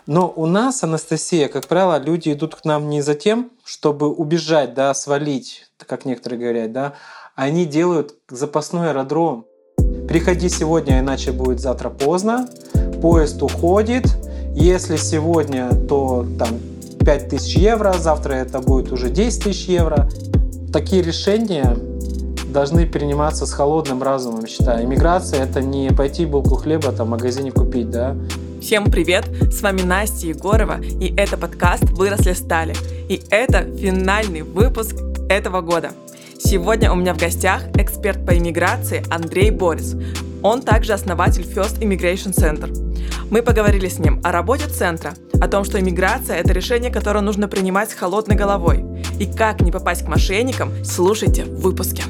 Но у нас, Анастасия, как правило, люди идут к нам не за тем, чтобы убежать, да, свалить, как некоторые говорят, да, они делают запасной аэродром. Приходи сегодня, иначе будет завтра поздно. Поезд уходит. Если сегодня, то там 5000 евро, завтра это будет уже 10 тысяч евро. Такие решения должны приниматься с холодным разумом, считаю. Иммиграция – это не пойти булку хлеба там, в магазине купить, да. Всем привет! С вами Настя Егорова, и это подкаст «Выросли стали». И это финальный выпуск этого года. Сегодня у меня в гостях эксперт по иммиграции Андрей Борис. Он также основатель First Immigration Center. Мы поговорили с ним о работе центра, о том, что иммиграция – это решение, которое нужно принимать с холодной головой. И как не попасть к мошенникам, слушайте в выпуске.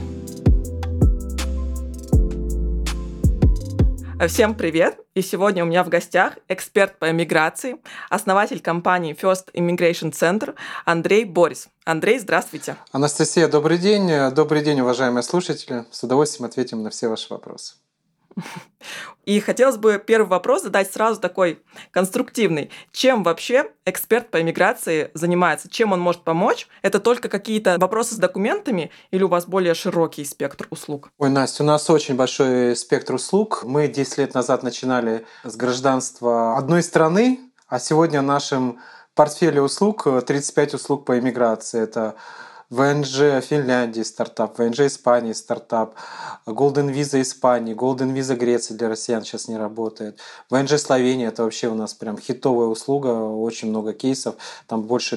Всем привет! И сегодня у меня в гостях эксперт по иммиграции, основатель компании First Immigration Center Андрей Борис. Андрей, здравствуйте. Анастасия, добрый день. Добрый день, уважаемые слушатели. С удовольствием ответим на все ваши вопросы. И хотелось бы первый вопрос задать сразу такой конструктивный. Чем вообще эксперт по иммиграции занимается? Чем он может помочь? Это только какие-то вопросы с документами или у вас более широкий спектр услуг? Ой, Настя, у нас очень большой спектр услуг. Мы 10 лет назад начинали с гражданства одной страны, а сегодня в нашем портфеле услуг 35 услуг по иммиграции. Это ВНЖ Финляндии стартап, ВНЖ Испании стартап, Golden Visa Испании, Golden Visa Греции для россиян сейчас не работает. ВНЖ Словения — это вообще у нас прям хитовая услуга, очень много кейсов, там больше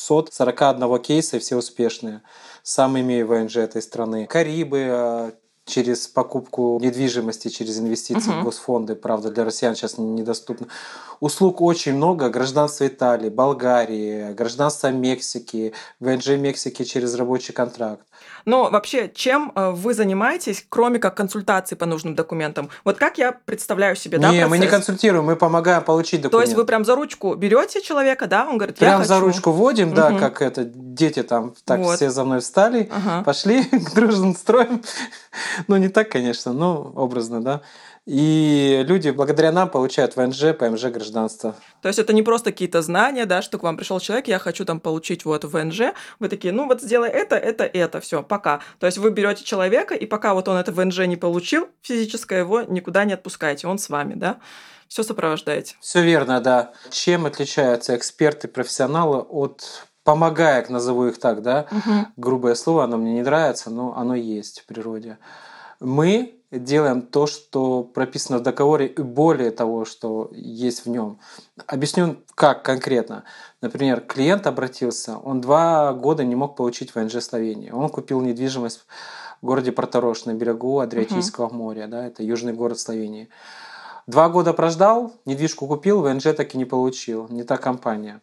341 кейса, и все успешные. Сам имею ВНЖ этой страны. Карибы, через покупку недвижимости, через инвестиции в госфонды, правда, для россиян сейчас недоступно. Услуг очень много. Гражданство Италии, Болгарии, гражданство Мексики, ВНЖ Мексики через рабочий контракт. Но вообще, чем вы занимаетесь, кроме как консультаций по нужным документам? Вот как я представляю себе, да, процесс? Мы не консультируем, мы помогаем получить документы. То есть вы прям за ручку берете человека, да? Он говорит, я прям хочу. за ручку вводим, да, как это, дети там, так Вот. все за мной встали, пошли к дружным строем. Ну, не так, конечно, но образно, да. И люди благодаря нам получают ВНЖ, ПМЖ гражданство. То есть это не просто какие-то знания, да, что к вам пришел человек, я хочу там получить вот ВНЖ, вы такие, ну вот сделай это, все, пока. То есть вы берете человека, и пока вот он это ВНЖ не получил, физическое его никуда не отпускаете, он с вами, да? Все сопровождаете. Все верно, да. Чем отличаются эксперты, профессионалы от помогаек, назову их так, да? Грубое слово, оно мне не нравится, но оно есть в природе. Мы делаем то, что прописано в договоре, и более того, что есть в нем. Объясню, как конкретно. Например, клиент обратился, он 2 года не мог получить ВНЖ Словении. Он купил недвижимость в городе Порторош на берегу Адриатического моря, да, это южный город Словении. 2 года прождал, недвижку купил, ВНЖ так и не получил, не та компания.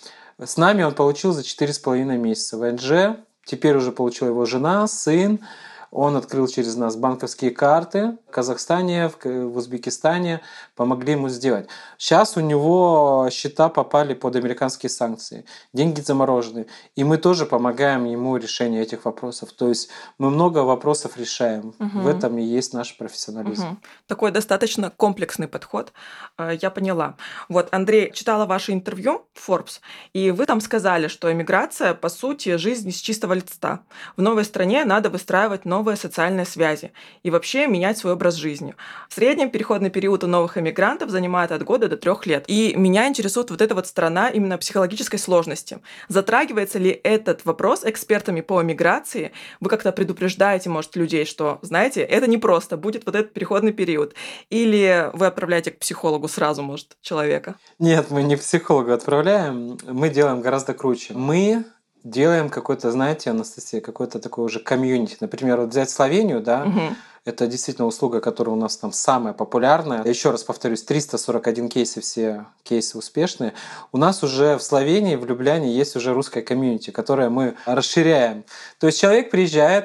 С нами он получил за 4,5 месяца ВНЖ, теперь уже получила его жена, сын. Он открыл через нас банковские карты в Казахстане, в Узбекистане, помогли ему сделать. Сейчас у него счета попали под американские санкции, деньги заморожены, и мы тоже помогаем ему решению этих вопросов. То есть мы много вопросов решаем. В этом и есть наш профессионализм. Такой достаточно комплексный подход, я поняла. Вот, Андрей, читала ваше интервью в Forbes, и вы там сказали, что иммиграция, по сути, жизнь с чистого листа. В новой стране надо выстраивать новые социальные связи и вообще менять свой образ жизни. В среднем переходный период у новых иммигрантов занимает от года до 3 лет. И меня интересует вот эта вот сторона именно психологической сложности. Затрагивается ли этот вопрос экспертами по иммиграции? Вы как-то предупреждаете, может, людей, что, знаете, это не просто, будет вот этот переходный период. Или вы отправляете к психологу сразу, может, человека? Нет, мы не к психологу отправляем, мы делаем гораздо круче. Мы делаем какой-то, знаете, Анастасия, какой-то такой уже комьюнити. Например, вот взять Словению, да, это действительно услуга, которая у нас там самая популярная. Еще раз повторюсь, 341 кейсы, все кейсы успешные. У нас уже в Словении, в Любляне есть уже русская комьюнити, которое мы расширяем. То есть человек приезжает,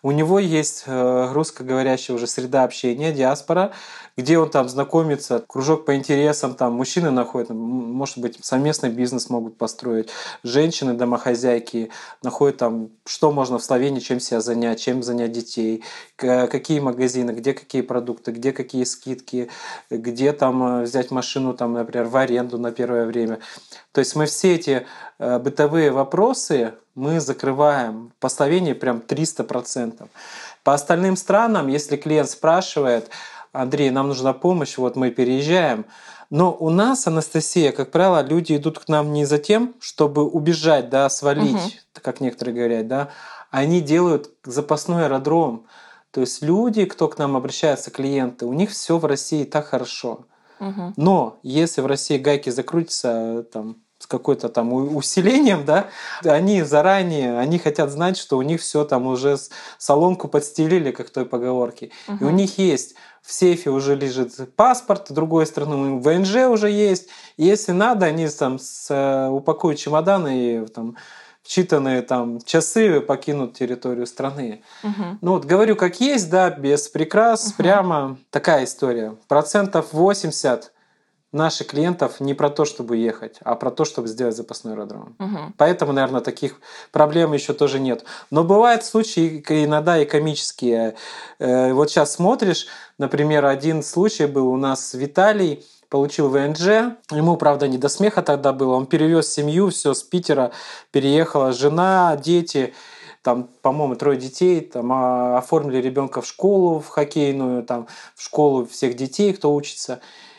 у него есть русскоговорящая уже среда общения, диаспора, где он там знакомится, кружок по интересам, там мужчины находят, может быть, совместный бизнес могут построить, женщины, домохозяйки находят там, что можно в Словении, чем себя занять, чем занять детей, какие магазины, где какие продукты, где какие скидки, где там взять машину, там, например, в аренду на первое время. То есть мы все эти бытовые вопросы мы закрываем по Словении прям 300%. По остальным странам, если клиент спрашивает, Андрей, нам нужна помощь, вот мы переезжаем. Но у нас, Анастасия, как правило, люди идут к нам не за тем, чтобы убежать, да, свалить, как некоторые говорят, да, они делают запасной аэродром. То есть люди, кто к нам обращается, клиенты, у них все в России так хорошо. Но если в России гайки закрутятся там, с какой-то там усилением, да, они заранее, они хотят знать, что у них все там уже соломку подстелили, как в той поговорке. И у них есть в сейфе уже лежит паспорт, с другой стороны ВНЖ уже есть. И если надо, они там упакуют чемоданы и там в считанные там часы покинут территорию страны. Ну вот говорю как есть, да, без прикрас, прямо такая история. 80% наших клиентов не про то, чтобы ехать, а про то, чтобы сделать запасной аэродром. Поэтому, наверное, таких проблем еще тоже нет. Но бывают случаи иногда и комические. Вот сейчас смотришь, например, один случай был у нас Виталий, получил ВНЖ. Ему, правда, не до смеха тогда было. Он перевез семью, все с Питера переехала жена, дети. Там, по-моему, 3 детей, там оформили ребенка в школу, в хоккейную, там, в школу всех детей, кто учится.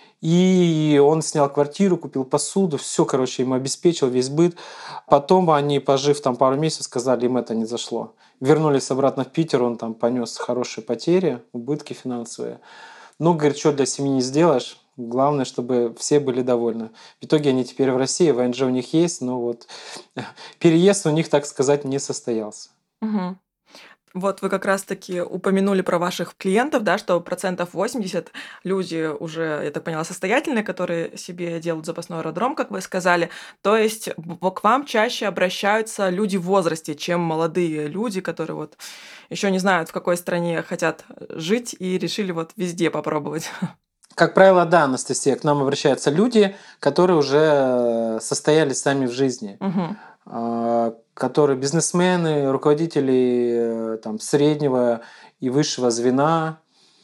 И он снял квартиру, купил посуду, все, короче, ему обеспечил весь быт. Потом они, пожив там пару месяцев, сказали, им это не зашло. Вернулись обратно в Питер, он там понес хорошие потери, убытки финансовые. Ну, говорит, что для семьи не сделаешь, главное, чтобы все были довольны. В итоге они теперь в России, ВНЖ у них есть, но вот переезд у них, так сказать, не состоялся. Вот вы как раз-таки упомянули про ваших клиентов, да, что 80% люди уже, я так поняла, состоятельные, которые себе делают запасной аэродром, как вы сказали. То есть к вам чаще обращаются люди в возрасте, чем молодые люди, которые вот еще не знают, в какой стране хотят жить и решили вот везде попробовать. Как правило, да, Анастасия, к нам обращаются люди, которые уже состоялись сами в жизни. Которые бизнесмены, руководители там, среднего и высшего звена.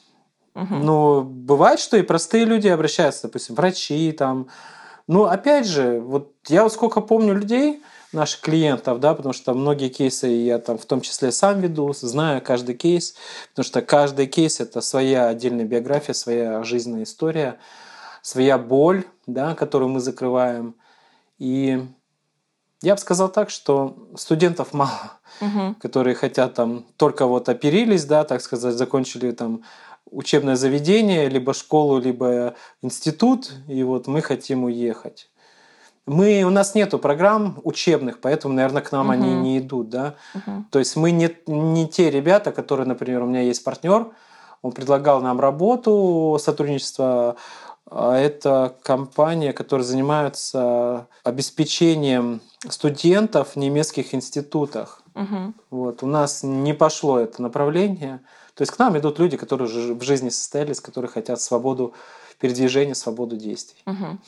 Но бывает, что и простые люди обращаются, допустим, врачи там. Но опять же, вот я вот сколько помню людей, наших клиентов, да, потому что многие кейсы я там в том числе сам веду, знаю каждый кейс, потому что каждый кейс это своя отдельная биография, своя жизненная история, своя боль, да, которую мы закрываем. И я бы сказал так, что студентов мало, которые хотят там только вот оперились, да, так сказать, закончили там учебное заведение, либо школу, либо институт, и вот мы хотим уехать. У нас нету программ учебных, поэтому, наверное, к нам они не идут, да. То есть мы не те ребята, которые, например, у меня есть партнер, он предлагал нам работу, сотрудничество. Это компания, которая занимается обеспечением студентов в немецких институтах. Вот. У нас не пошло это направление. То есть к нам идут люди, которые уже в жизни состоялись, которые хотят свободу передвижения, свободу действий.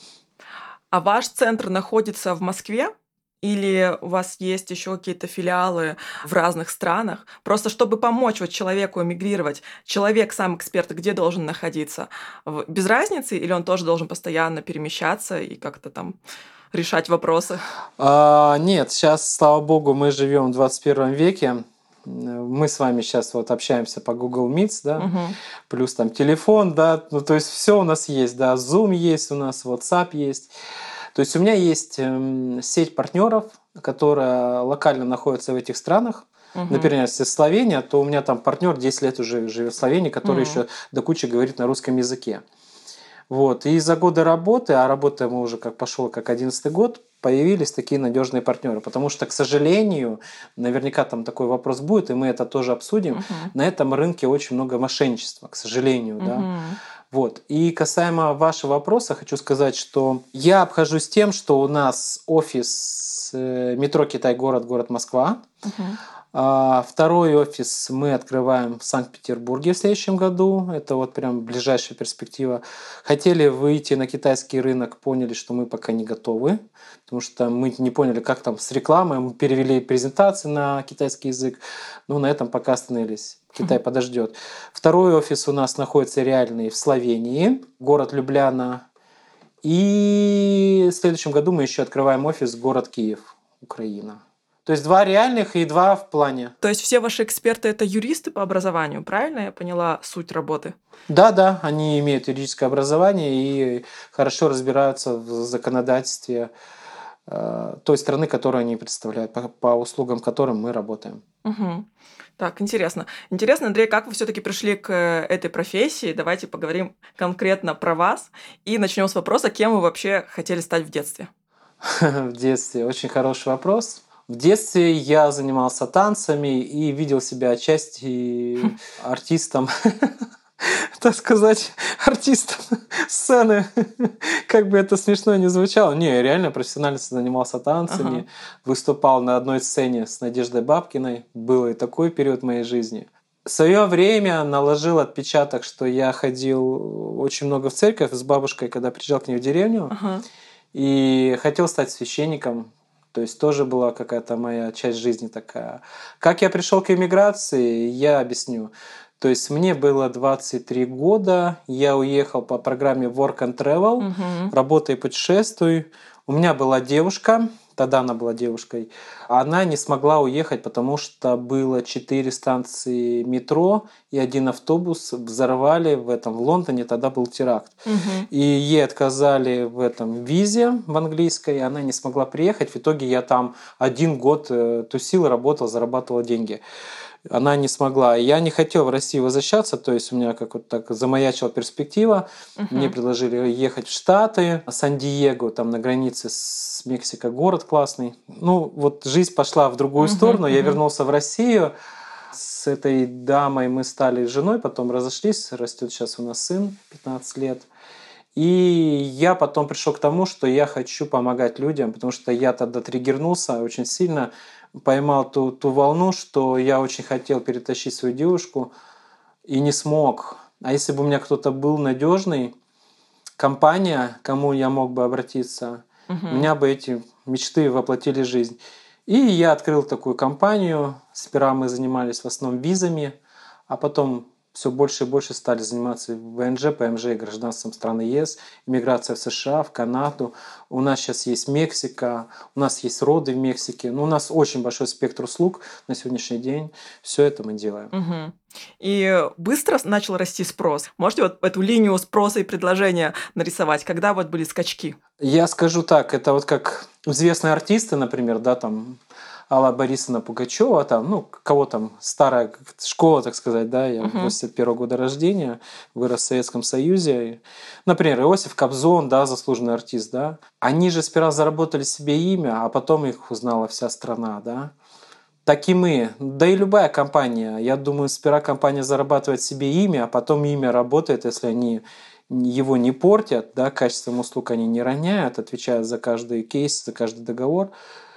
А ваш центр находится в Москве? Или у вас есть еще какие-то филиалы в разных странах? Просто чтобы помочь вот человеку эмигрировать, человек сам эксперт где должен находиться? Без разницы? Или он тоже должен постоянно перемещаться и как-то там решать вопросы? Нет, сейчас, слава богу, мы живем в 21 веке. Мы с вами сейчас вот общаемся по Google Meets, да, плюс там телефон, да, ну то есть все у нас есть, да, Zoom есть у нас, WhatsApp есть. То есть у меня есть сеть партнеров, которая локально находится в этих странах. Например, если Словения, то у меня там партнер 10 лет уже живет в Словении, который еще до кучи говорит на русском языке. Вот. И за годы работы, а работаем мы уже как 11-й год, появились такие надежные партнеры. Потому что, к сожалению, наверняка там такой вопрос будет, и мы это тоже обсудим, на этом рынке очень много мошенничества, к сожалению. Да? Вот. И касаемо вашего вопроса, хочу сказать, что я обхожусь тем, что у нас офис метро Китай-город, город Москва. Второй офис мы открываем в Санкт-Петербурге в следующем году. Это вот прям ближайшая перспектива. Хотели выйти на китайский рынок, поняли, что мы пока не готовы, потому что мы не поняли, как там с рекламой. Мы перевели презентации на китайский язык, но на этом пока остановились. Китай подождет. Второй офис у нас находится реальный в Словении, город Любляна. И в следующем году мы еще открываем офис город Киев, Украина. То есть 2 реальных и 2 в плане. То есть все ваши эксперты — это юристы по образованию, правильно я поняла суть работы? Да, они имеют юридическое образование и хорошо разбираются в законодательстве той страны, которую они представляют, по услугам которым мы работаем. Угу. Так, интересно. Интересно, Андрей, как вы все-таки пришли к этой профессии? Давайте поговорим конкретно про вас и начнем с вопроса, кем вы вообще хотели стать в детстве? В детстве очень хороший вопрос. В детстве я занимался танцами и видел себя отчасти артистом, так сказать, артистом сцены. Как бы это смешно ни звучало. Не, я реально профессионально занимался танцами, выступал на одной сцене с Надеждой Бабкиной. Был и такой период в моей жизни. В свое время наложил отпечаток, что я ходил очень много в церковь с бабушкой, когда приезжал к ней в деревню. И хотел стать священником. То есть тоже была какая-то моя часть жизни такая. Как я пришел к эмиграции, я объясню. То есть мне было 23 года, я уехал по программе Work and Travel, работай, путешествуй. У меня была девушка, тогда она была девушкой, она не смогла уехать, потому что было 4 станции метро и 1 автобус взорвали в Лондоне, тогда был теракт. И ей отказали в этом визе в английской, она не смогла приехать. В итоге я там 1 год тусил, работал, зарабатывал деньги. Она не смогла. Я не хотел в Россию возвращаться, то есть у меня как вот так замаячила перспектива. Мне предложили ехать в Штаты, Сан-Диего, там на границе с Мексикой город классный. Ну, вот жизнь пошла в другую сторону. Я вернулся в Россию. С этой дамой мы стали женой, потом разошлись. Растет сейчас у нас сын, 15 лет. И я потом пришел к тому, что я хочу помогать людям, потому что я тогда триггернулся очень сильно, поймал ту волну, что я очень хотел перетащить свою девушку и не смог. А если бы у меня кто-то был надежный, компания, к кому я мог бы обратиться, у меня бы эти мечты воплотили в жизнь. И я открыл такую компанию. Сперва мы занимались в основном визами, а потом все больше и больше стали заниматься ВНЖ, ПМЖ и гражданством страны ЕС, иммиграция в США, в Канаду. У нас сейчас есть Мексика, у нас есть роды в Мексике. Ну, у нас очень большой спектр услуг на сегодняшний день. Все это мы делаем. И быстро начал расти спрос. Можете вот эту линию спроса и предложения нарисовать? Когда вот были скачки? Я скажу так, это вот как известные артисты, например, да, там Алла Борисовна Пугачева, там, ну, кого там, старая школа, так сказать, да, я 81 года рождения, вырос в Советском Союзе. Например, Иосиф Кобзон, да, заслуженный артист, да. Они же сперва заработали себе имя, а потом их узнала вся страна, да. Так и мы, да и любая компания. Я думаю, сперва компания зарабатывает себе имя, а потом имя работает, если они его не портят, да, качеством услуг они не роняют, отвечают за каждый кейс, за каждый договор.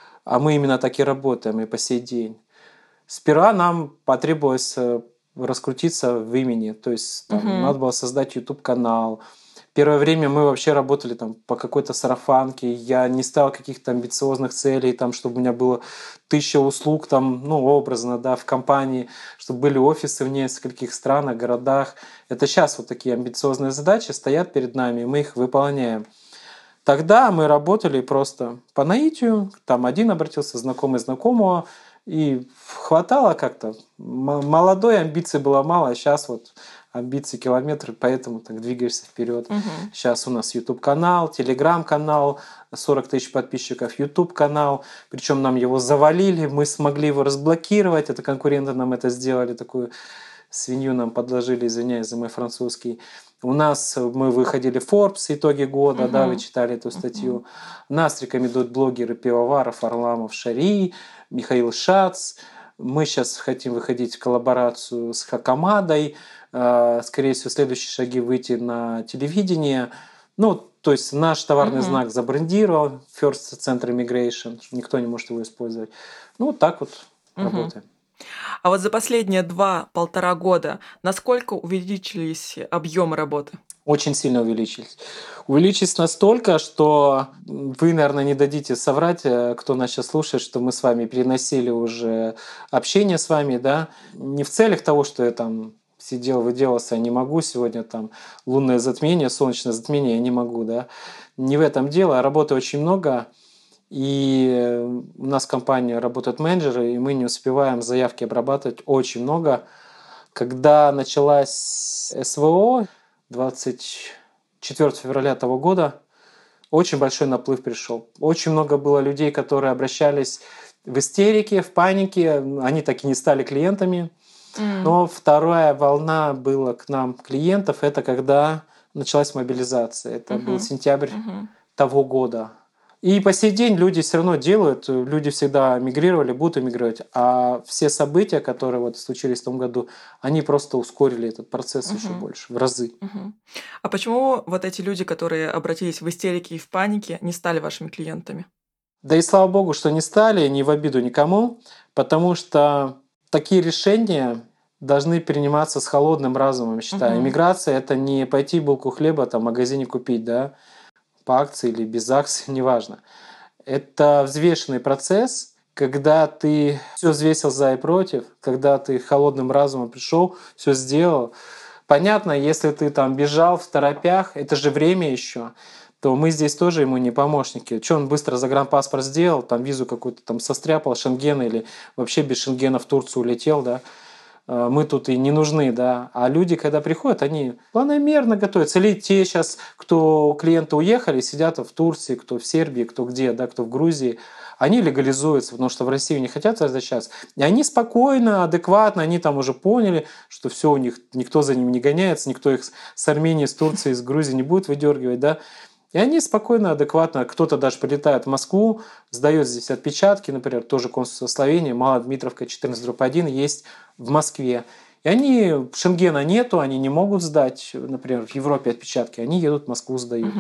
А мы именно так и работаем и по сей день. Сперва нам потребовалось раскрутиться в имени. То есть там, надо было создать YouTube-канал. Первое время мы вообще работали там по какой-то сарафанке. Я не ставил каких-то амбициозных целей, там, чтобы у меня было 1000 услуг, там, ну, образно, да, в компании, чтобы были офисы в нескольких странах, городах. Это сейчас вот такие амбициозные задачи стоят перед нами, и мы их выполняем. Тогда мы работали просто по наитию. Там один обратился, знакомый знакомого, и хватало как-то. Молодой, амбиций было мало, а сейчас вот амбиции километры, поэтому так двигаешься вперед. Сейчас у нас YouTube-канал, Telegram-канал, 40 тысяч подписчиков, YouTube-канал. Причем нам его завалили, мы смогли его разблокировать. Это конкуренты нам это сделали, такую свинью нам подложили, извиняюсь за мой французский. У нас мы выходили в Forbes итоги года, да, вы читали эту статью. Нас рекомендуют блогеры Пивоваров, Орламов, Шари, Михаил Шац. Мы сейчас хотим выходить в коллаборацию с Хакамадой. Скорее всего, следующие шаги выйти на телевидение. Ну, то есть наш товарный знак забрендировал, First Center Immigration, никто не может его использовать. Ну, вот так вот работаем. А вот за последние 2-1,5 года насколько увеличились объемы работы? Очень сильно увеличились. Увеличились настолько, что вы, наверное, не дадите соврать, кто нас сейчас слушает, что мы с вами переносили уже общение с вами, да, не в целях того, что я там сидел, выделался, я не могу сегодня там лунное затмение, солнечное затмение, я не могу, да. Не в этом дело, а работы очень много, и у нас в компании работают менеджеры, и мы не успеваем заявки обрабатывать очень много. Когда началась СВО, 24 февраля того года, очень большой наплыв пришел. Очень много было людей, которые обращались в истерике, в панике. Они так и не стали клиентами. Но вторая волна была к нам клиентов, это когда началась мобилизация. Это был сентябрь того года. И по сей день люди все равно делают, люди всегда мигрировали, будут эмигрировать, а все события, которые вот случились в том году, они просто ускорили этот процесс еще больше, в разы. А почему вот эти люди, которые обратились в истерике и в панике, не стали вашими клиентами? Да и слава богу, что не стали, не в обиду никому, потому что такие решения должны приниматься с холодным разумом, я считаю. Иммиграция — это не пойти булку хлеба там, в магазине купить, да, по акции или без акции, неважно. Это взвешенный процесс, когда ты все взвесил за и против, когда ты холодным разумом пришел, все сделал. Понятно, если ты там бежал в торопях, это же время еще, то мы здесь тоже ему не помощники. Что он быстро загранпаспорт сделал, там визу какую-то там состряпал, Шенген, или вообще без Шенгена в Турцию улетел, да, мы тут и не нужны, да. А люди, когда приходят, они планомерно готовятся. Или те сейчас, кто клиенты уехали, сидят в Турции, кто в Сербии, кто где, да, кто в Грузии, они легализуются, потому что в Россию не хотят возвращаться. И они спокойно, адекватно, они там уже поняли, что все у них, никто за ними не гоняется, никто их с Армении, с Турции, с Грузии не будет выдергивать, да. И они спокойно, адекватно, кто-то даже прилетает в Москву, сдает здесь отпечатки, например, тоже консульство Словении, Малодмитровка 14/1 есть в Москве. И они, Шенгена нету, они не могут сдать, например, в Европе отпечатки, они едут в Москву, сдают.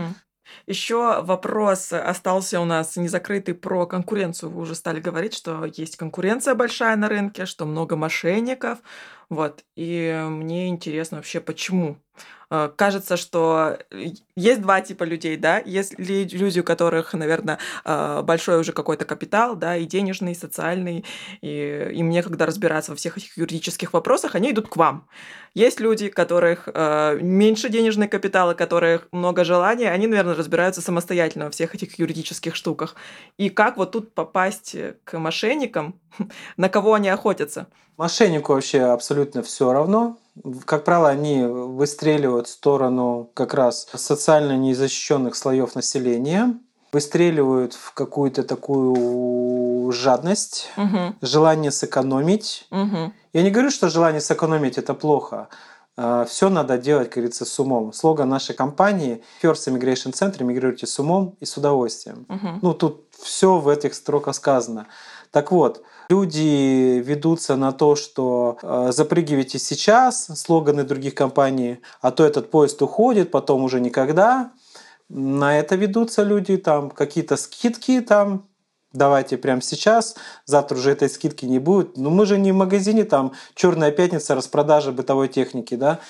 Еще вопрос остался у нас незакрытый про конкуренцию. Вы уже стали говорить, что есть конкуренция большая на рынке, что много мошенников. Вот. И мне интересно вообще, почему. Кажется, что есть два типа людей, да. Есть люди, у которых, наверное, большой уже какой-то капитал, да, и денежный, и социальный, и им некогда разбираться во всех этих юридических вопросах, они идут к вам. Есть люди, у которых меньше денежный капитал, у которых много желаний, они, наверное, разбираются самостоятельно во всех этих юридических штуках. И как вот тут попасть к мошенникам, на кого они охотятся? Мошеннику вообще абсолютно все равно. Как правило, они выстреливают в сторону как раз социально незащищенных слоев населения, выстреливают в какую-то такую жадность, желание сэкономить. Я не говорю, что желание сэкономить это плохо. Все надо делать, как говорится, с умом. Слоган нашей компании First Immigration Center — эмигрируйте с умом и с удовольствием. Ну, тут все в этих строках сказано. Так вот, люди ведутся на то, что запрыгивайте сейчас, слоганы других компаний, а то этот поезд уходит, потом уже никогда. На это ведутся люди, там какие-то скидки, там давайте прямо сейчас, завтра уже этой скидки не будет. Но мы же не в магазине, там черная пятница, распродажа бытовой техники, да.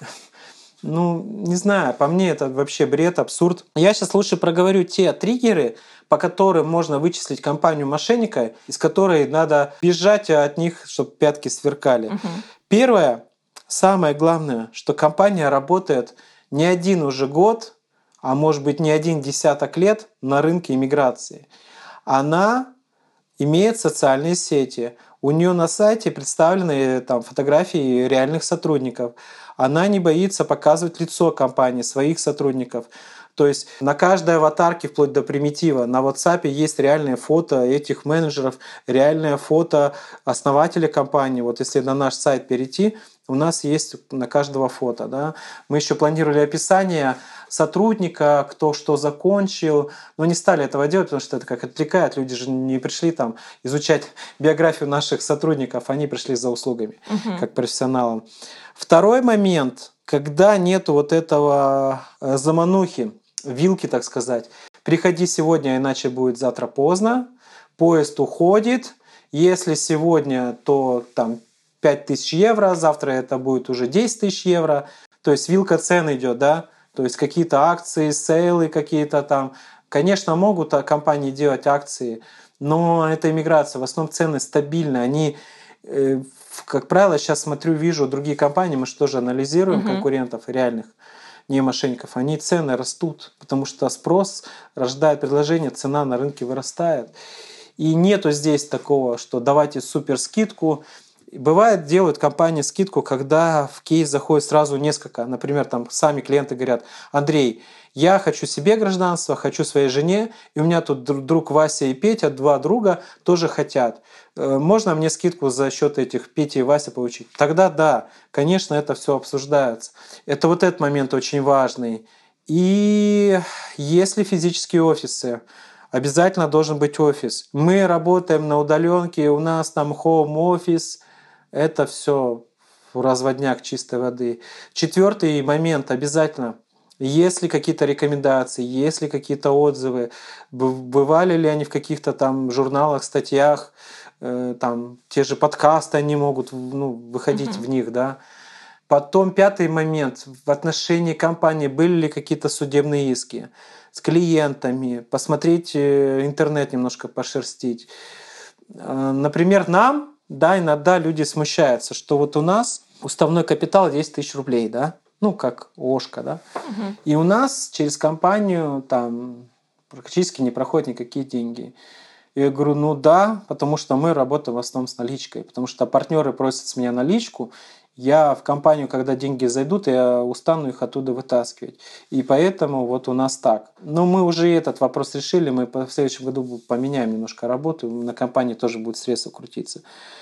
Ну, не знаю, по мне это вообще бред, абсурд. Я сейчас лучше проговорю те триггеры, по которым можно вычислить компанию мошенника, из которой надо бежать от них, чтобы пятки сверкали. Первое, самое главное, что компания работает не один уже год, а может быть не один десяток лет на рынке иммиграции. Она имеет социальные сети. У нее на сайте представлены там фотографии реальных сотрудников. Она не боится показывать лицо компании, своих сотрудников. То есть на каждой аватарке, вплоть до примитива, на WhatsApp есть реальное фото этих менеджеров, реальное фото основателя компании. Вот если на наш сайт перейти, у нас есть на каждого фото. Да? Мы еще планировали описание сотрудника, кто что закончил, но не стали этого делать, потому что это как отвлекает. Люди же не пришли там изучать биографию наших сотрудников, они пришли за услугами, как профессионалам. Второй момент, когда нету вот этого заманухи, вилки, так сказать. Приходи сегодня, иначе будет завтра поздно. Поезд уходит. Если сегодня, то там 5000 евро, завтра это будет уже 10 тысяч евро. То есть вилка цен идет, да? То есть какие-то акции, сейлы какие-то там. Конечно, могут компании делать акции, но это иммиграция. В основном цены стабильны. Они, как правило, сейчас смотрю, вижу другие компании, мы же тоже анализируем конкурентов реальных, не мошенников. Они цены растут, потому что спрос рождает предложение, цена на рынке вырастает. И нету здесь такого, что давайте супер скидку. Бывает, делают компании скидку, когда в кейс заходит сразу несколько. Например, там сами клиенты говорят: Андрей, я хочу себе гражданство, хочу своей жене, и у меня тут друг Вася и Петя, 2 друга, тоже хотят. Можно мне скидку за счет этих Пети и Вася получить? Тогда да, конечно, это все обсуждается. Это вот этот момент очень важный. И если физические офисы, обязательно должен быть офис. Мы работаем на удаленке, у нас там home-офис. Это все разводняк чистой воды. 4-й момент обязательно. Есть ли какие-то рекомендации, есть ли какие-то отзывы, бывали ли они в каких-то там журналах, статьях, там те же подкасты, они могут выходить в них, да. Потом 5-й момент. В отношении компании были ли какие-то судебные иски с клиентами, посмотреть интернет немножко, пошерстить. Например, нам, да, иногда люди смущаются, что вот у нас уставной капитал 10 тысяч рублей, да, как ОШКО, да, и у нас через компанию там практически не проходят никакие деньги. Я говорю, да, потому что мы работаем в основном с наличкой, потому что партнеры просят с меня наличку, я в компанию, когда деньги зайдут, я устану их оттуда вытаскивать. И поэтому вот у нас так. Но мы уже этот вопрос решили, мы в следующем году поменяем немножко работу, на компании тоже будет средства крутиться.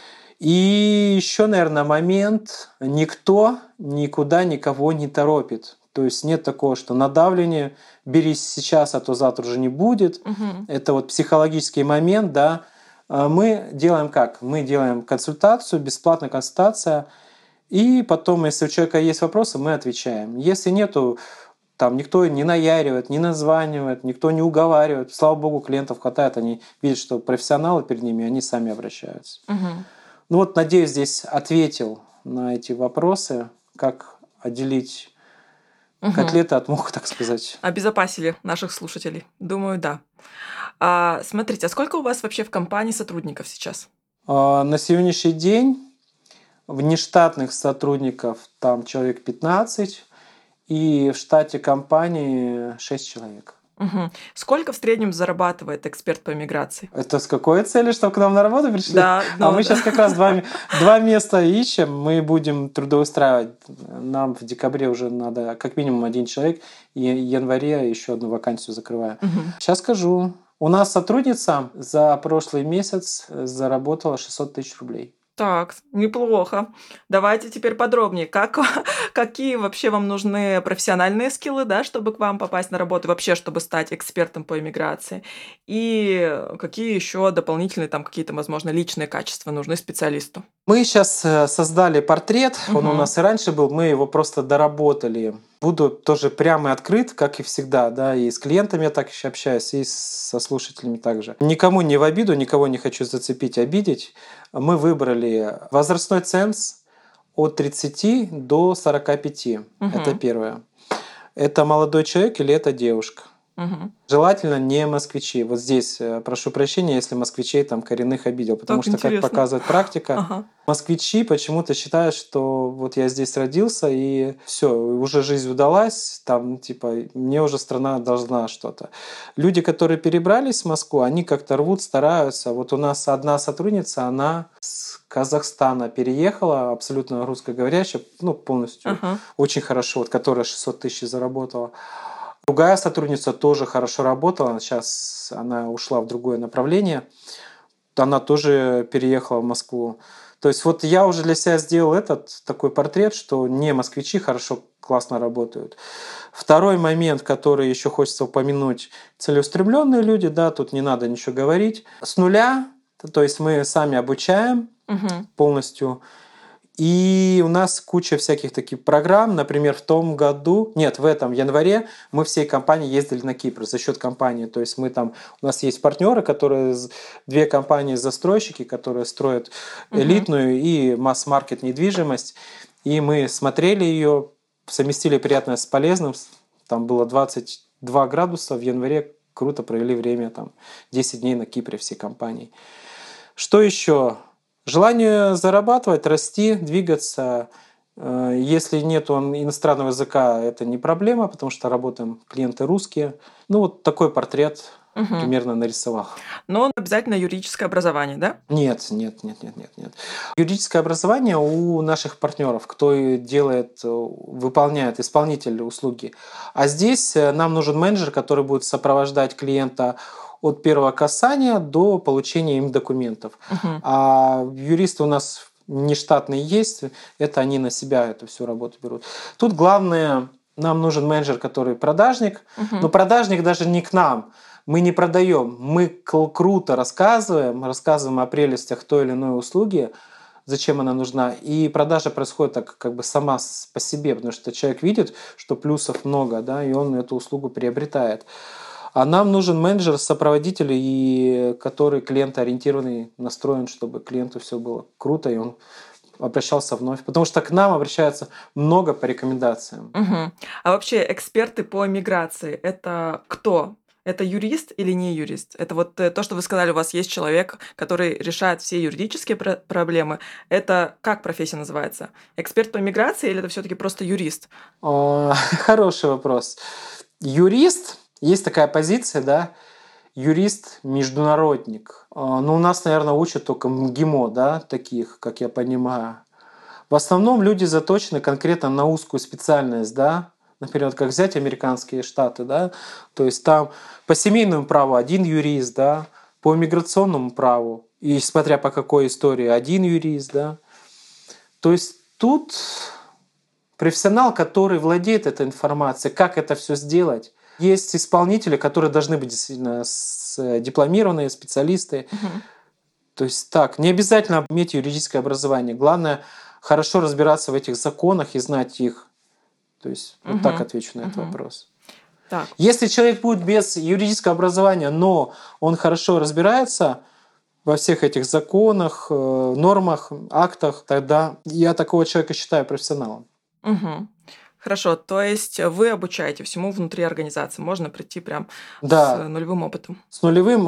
И еще, наверное, момент, никто никуда никого не торопит. То есть нет такого, что надавление, берись сейчас, а то завтра уже не будет. Это вот психологический момент, да. Мы делаем как? Мы делаем консультацию, бесплатная консультация, и потом, если у человека есть вопросы, мы отвечаем. Если нету, там никто не наяривает, не названивает, никто не уговаривает. Слава богу, клиентов хватает, они видят, что профессионалы перед ними, они сами обращаются. Надеюсь, здесь ответил на эти вопросы, как отделить котлеты от мух, так сказать. Обезопасили наших слушателей. Думаю, да. Смотрите, а сколько у вас вообще в компании сотрудников сейчас? На сегодняшний день внештатных сотрудников там человек 15, и в штате компании 6 человек. Сколько в среднем зарабатывает эксперт по миграции? Это с какой целью, чтобы к нам на работу пришли? Да. Мы сейчас как раз два места ищем, мы будем трудоустраивать. Нам в декабре уже надо как минимум 1 человек, и в январе еще 1 вакансию закрываем. Сейчас скажу. У нас сотрудница за прошлый месяц заработала 600 тысяч рублей. Так, неплохо. Давайте теперь подробнее. Какие вообще вам нужны профессиональные скиллы, да, чтобы к вам попасть на работу, вообще, чтобы стать экспертом по иммиграции? И какие еще дополнительные там какие-то, возможно, личные качества нужны специалисту? Мы сейчас создали портрет, он у нас и раньше был, мы его просто доработали. Буду тоже прямо и открыт, как и всегда, да, и с клиентами я так еще общаюсь, и со слушателями также. Никому не в обиду, никого не хочу зацепить, обидеть. Мы выбрали возрастной ценз от 30 до 45. Это первое. Это молодой человек или это девушка? Желательно не москвичи. Вот здесь прошу прощения, если москвичей там коренных обидел, потому что, как показывает практика, москвичи почему-то считают, что вот я здесь родился и все, уже жизнь удалась, там типа мне уже страна должна что-то. Люди, которые перебрались в Москву, они как-то рвут, стараются. Вот у нас одна сотрудница, она с Казахстана переехала, абсолютно русскоговорящая, полностью, очень хорошо, вот которая 600 тысяч заработала. Другая сотрудница тоже хорошо работала, сейчас она ушла в другое направление, она тоже переехала в Москву. То есть вот я уже для себя сделал этот такой портрет, что не москвичи хорошо, классно работают. Второй момент, который еще хочется упомянуть, целеустремленные люди, да, тут не надо ничего говорить. С нуля, то есть мы сами обучаем полностью. И у нас куча всяких таких программ. Например, в этом январе мы всей компанией ездили на Кипр за счет компании. То есть у нас есть партнеры, две компании-застройщики, которые строят элитную и масс-маркет недвижимость. И мы смотрели ее, совместили приятное с полезным. Там было 22 градуса в январе. Круто провели время, 10 дней на Кипре всей компанией. Что еще? Желание зарабатывать, расти, двигаться. Если нет иностранного языка, это не проблема, потому что работаем клиенты русские. Вот такой портрет примерно нарисовал. Но обязательно юридическое образование, да? Нет. Юридическое образование у наших партнеров, кто выполняет, исполнитель услуги. А здесь нам нужен менеджер, который будет сопровождать клиента от первого касания до получения им документов. А юристы у нас нештатные есть, это они на себя эту всю работу берут. Тут главное, нам нужен менеджер, который продажник, но продажник даже не к нам. Мы не продаем, мы круто рассказываем о прелестях той или иной услуги, зачем она нужна. И продажа происходит так как бы сама по себе, потому что человек видит, что плюсов много, да, и он эту услугу приобретает. А нам нужен менеджер, сопроводитель, который клиентоориентированный, настроен, чтобы клиенту все было круто, и он обращался вновь. Потому что к нам обращается много по рекомендациям. А вообще эксперты по миграции – это кто? Это юрист или не юрист? Это то, что вы сказали, у вас есть человек, который решает все юридические проблемы. Это как профессия называется? Эксперт по миграции или это все-таки просто юрист? Хороший вопрос. Юрист, есть такая позиция, да, юрист-международник. У нас, наверное, учат только МГИМО, да, таких, как я понимаю. В основном люди заточены конкретно на узкую специальность, да. Например, как взять американские штаты, да, то есть там по семейному праву один юрист, да, по миграционному праву, и смотря по какой истории, один юрист, да. То есть тут профессионал, который владеет этой информацией, как это все сделать. Есть исполнители, которые должны быть действительно дипломированные специалисты. То есть так, не обязательно иметь юридическое образование. Главное хорошо разбираться в этих законах и знать их. То есть вот так отвечу на этот вопрос. Так. Если человек будет без юридического образования, но он хорошо разбирается во всех этих законах, нормах, актах, тогда я такого человека считаю профессионалом. Хорошо, то есть вы обучаете всему внутри организации. Можно прийти прям Да. с нулевым опытом. С нулевым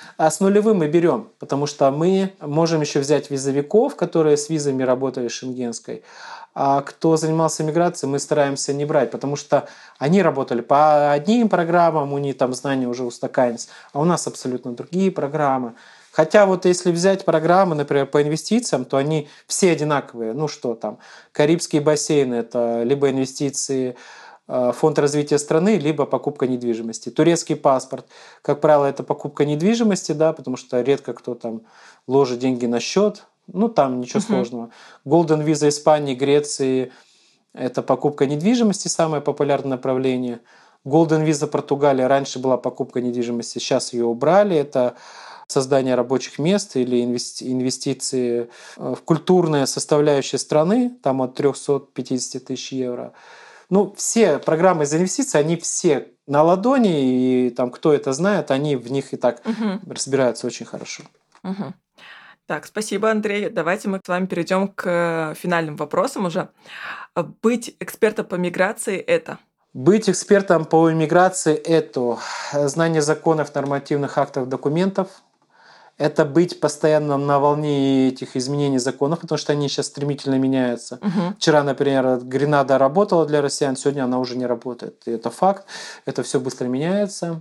мы берем, потому что мы можем еще взять визовиков, которые с визами работали шенгенской. А кто занимался миграцией, мы стараемся не брать, потому что они работали по одним программам, у них там знания уже устаканились, а у нас абсолютно другие программы. Хотя если взять программы, например, по инвестициям, то они все одинаковые. Карибский бассейн – это либо инвестиции, фонд развития страны, либо покупка недвижимости. Турецкий паспорт, как правило, это покупка недвижимости, да, потому что редко кто там ложит деньги на счет. Там ничего сложного. Golden Visa Испании, Греции – это покупка недвижимости, самое популярное направление. Golden Visa Португалии раньше была покупка недвижимости, сейчас ее убрали. Это создание рабочих мест или инвестиции в культурные составляющие страны, там от 350 тысяч евро. Все программы из инвестиций, они все на ладони, и там кто это знает, они в них и так разбираются очень хорошо. Так, спасибо, Андрей. Давайте мы с вами перейдем к финальным вопросам уже. Быть экспертом по миграции – это? Быть экспертом по иммиграции – это знание законов, нормативных актов, документов. Это быть постоянно на волне этих изменений законов, потому что они сейчас стремительно меняются. Вчера, например, Гренада работала для россиян, сегодня она уже не работает. И это факт. Это все быстро меняется.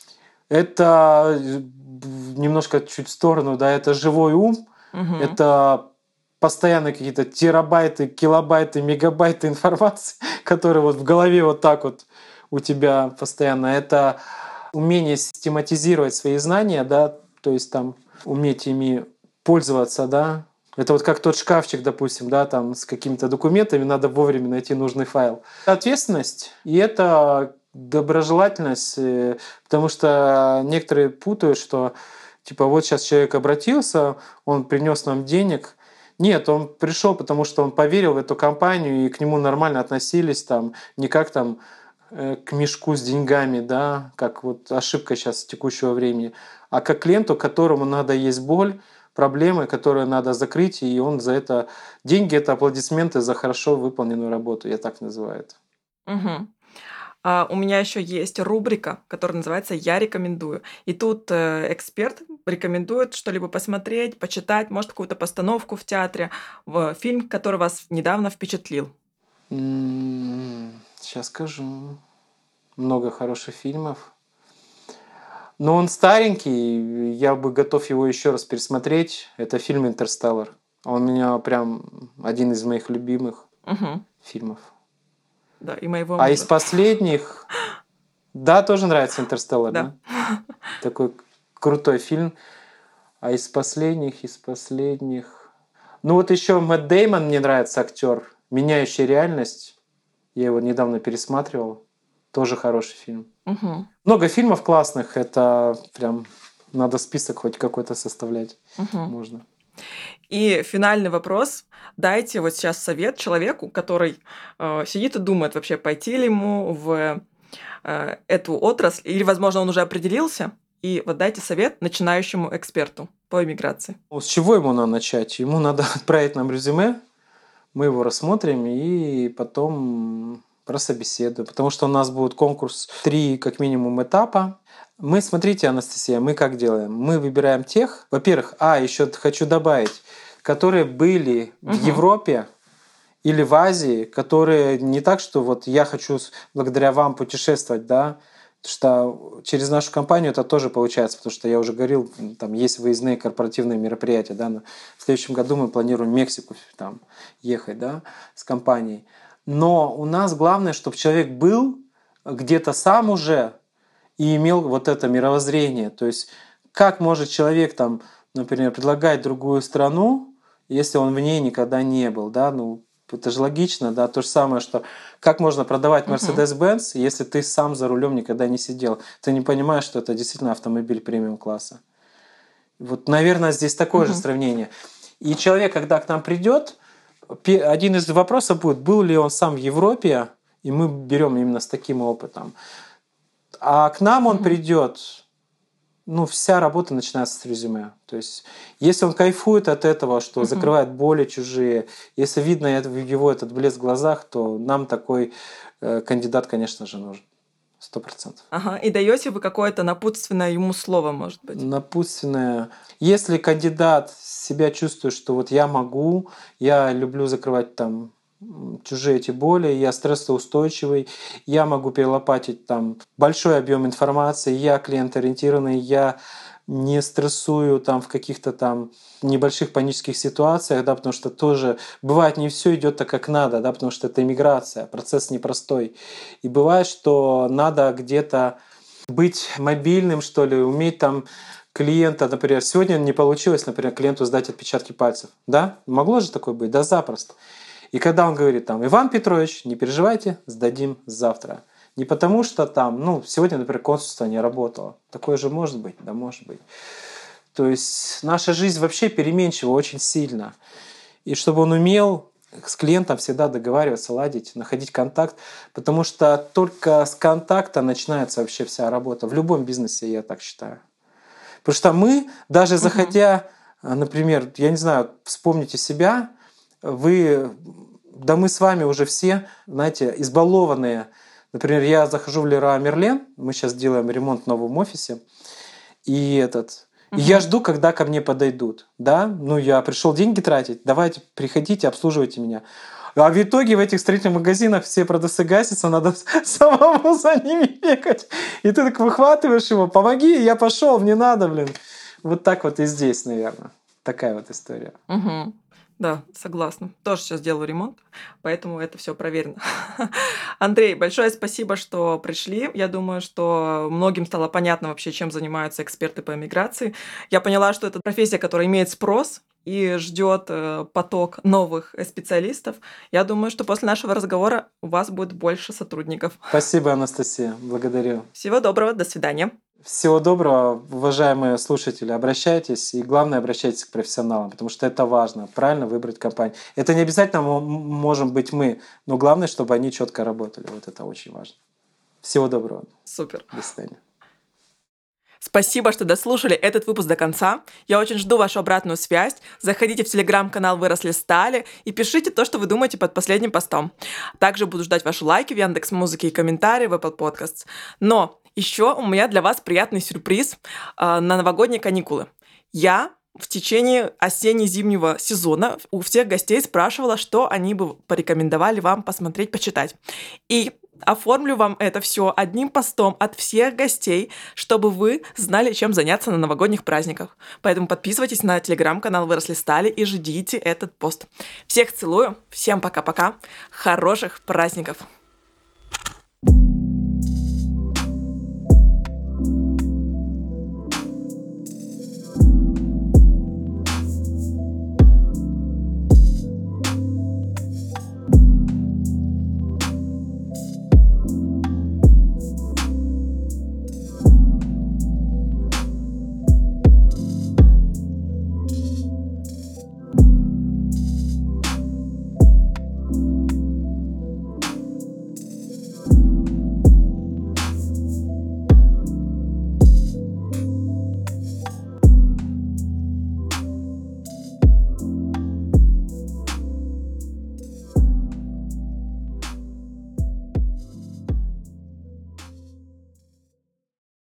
Это немножко чуть в сторону, да, это живой ум. Это постоянно какие-то терабайты, килобайты, мегабайты информации, которые в голове у тебя постоянно. Это умение систематизировать свои знания, да, то есть уметь ими пользоваться, да. Это как тот шкафчик, допустим, да, с какими-то документами, надо вовремя найти нужный файл. Ответственность, и это доброжелательность, потому что некоторые путают, что сейчас человек обратился, он принес нам денег, Нет, он пришел, потому что он поверил в эту компанию, и к нему нормально относились, там, не как там к мешку с деньгами, да, как вот ошибка сейчас текущего времени, а как клиенту, которому надо есть боль, проблемы, которые надо закрыть, и он за это... Деньги — это аплодисменты за хорошо выполненную работу, я так называю это. Мгм. У меня еще есть рубрика, которая называется «Я рекомендую». И тут эксперт рекомендует что-либо посмотреть, почитать, может, какую-то постановку в театре, фильм, который вас недавно впечатлил. Сейчас скажу. Много хороших фильмов. Но он старенький, я бы готов его еще раз пересмотреть. Это фильм «Интерстеллар». Он у меня прям один из моих любимых Мгм. фильмов. Да, и моего А из мужа. последних... Да, тоже нравится «Интерстеллар», Да. да? Такой крутой фильм. А из последних... Ну вот еще Мэтт Дэймон мне нравится, актер. «Меняющий реальность». Я его недавно пересматривал. Тоже хороший фильм. Мгм. Много фильмов классных. Это прям надо список хоть какой-то составлять. Мгм. Можно. И финальный вопрос. Дайте вот сейчас совет человеку, который сидит и думает вообще, пойти ли ему в эту отрасль, или, возможно, он уже определился. И вот дайте совет начинающему эксперту по иммиграции. Ну, с чего ему надо начать? Ему надо отправить нам резюме, мы его рассмотрим и потом прособеседуем. Потому что у нас будет конкурс 3 как минимум этапа. Мы, смотрите, Анастасия, мы как делаем? Мы выбираем тех, во-первых, еще хочу добавить, которые были в Мгм. Европе или в Азии, которые не так, что вот я хочу благодаря вам путешествовать, да, потому что через нашу компанию это тоже получается, потому что я уже говорил, там есть выездные корпоративные мероприятия, да, в следующем году мы планируем в Мексику там ехать, да, с компанией. Но у нас главное, чтобы человек был где-то сам уже и имел вот это мировоззрение. То есть как может человек там, например, предлагать другую страну, если он в ней никогда не был, да, ну это же логично, да, то же самое, что как можно продавать Мгм. Mercedes-Benz, если ты сам за рулем никогда не сидел, ты не понимаешь, что это действительно автомобиль премиум класса. Вот, наверное, здесь такое же Мгм. сравнение. И человек, когда к нам придет, один из вопросов будет, был ли он сам в Европе, и мы берем именно с таким опытом. А к нам он Мгм. придет, ну, вся работа начинается с резюме. То есть, если он кайфует от этого, что Мгм. закрывает боли чужие, если видно его этот блеск в глазах, то нам такой кандидат, конечно же, нужен. 100%. Ага. И даете вы какое-то напутственное ему слово, может быть? Напутственное. Если кандидат себя чувствует, что вот я могу, я люблю закрывать там чужие эти боли, я стрессоустойчивый, я могу перелопатить там большой объем информации, я клиент-ориентированный, я не стрессую там в каких-то там небольших панических ситуациях, да, потому что тоже бывает не все идет так, как надо, да, потому что это иммиграция, процесс непростой. И бывает, что надо где-то быть мобильным, что ли, уметь там клиента, например, сегодня не получилось, например, клиенту сдать отпечатки пальцев, да? Могло же такое быть? Да, запросто. И когда он говорит там, Иван Петрович, не переживайте, сдадим завтра. Не потому что там, ну, сегодня, например, консульство не работало. Такое же может быть? Да, может быть. То есть наша жизнь вообще переменчива очень сильно. И чтобы он умел с клиентом всегда договариваться, ладить, находить контакт, потому что только с контакта начинается вообще вся работа. В любом бизнесе, я так считаю. Потому что мы, даже Мгм. заходя, например, я не знаю, вспомните себя, да мы с вами уже все, знаете, избалованные. Например, я захожу в Леруа Мерлен, мы сейчас делаем ремонт в новом офисе, и я Мгм. жду, когда ко мне подойдут. Да? Ну, я пришел деньги тратить, давайте, приходите, обслуживайте меня. А в итоге в этих строительных магазинах все продавцы гасятся, надо самому за ними бегать. И ты так выхватываешь его, помоги, я пошел, мне надо, блин. Вот так вот и здесь, наверное. Такая вот история. Мгм. Да, согласна. Тоже сейчас делаю ремонт, поэтому это все проверено. Андрей, большое спасибо, что пришли. Я думаю, что многим стало понятно вообще, чем занимаются эксперты по миграции. Я поняла, что это профессия, которая имеет спрос и ждет поток новых специалистов. Я думаю, что после нашего разговора у вас будет больше сотрудников. Спасибо, Анастасия. Благодарю. Всего доброго, до свидания. Всего доброго, уважаемые слушатели, обращайтесь, и главное, обращайтесь к профессионалам, потому что это важно, правильно выбрать компанию. Это не обязательно можем быть мы, но главное, чтобы они четко работали, вот это очень важно. Всего доброго. Супер. До свидания. Спасибо, что дослушали этот выпуск до конца. Я очень жду вашу обратную связь. Заходите в телеграм-канал «Выросли стали» и пишите то, что вы думаете под последним постом. Также буду ждать ваши лайки в Яндекс.Музыке и комментарии в Apple Podcasts. Но еще у меня для вас приятный сюрприз на новогодние каникулы. Я в течение осенне-зимнего сезона у всех гостей спрашивала, что они бы порекомендовали вам посмотреть, почитать. И оформлю вам это все одним постом от всех гостей, чтобы вы знали, чем заняться на новогодних праздниках. Поэтому подписывайтесь на телеграм-канал «Выросли стали» и ждите этот пост. Всех целую, всем пока-пока, хороших праздников!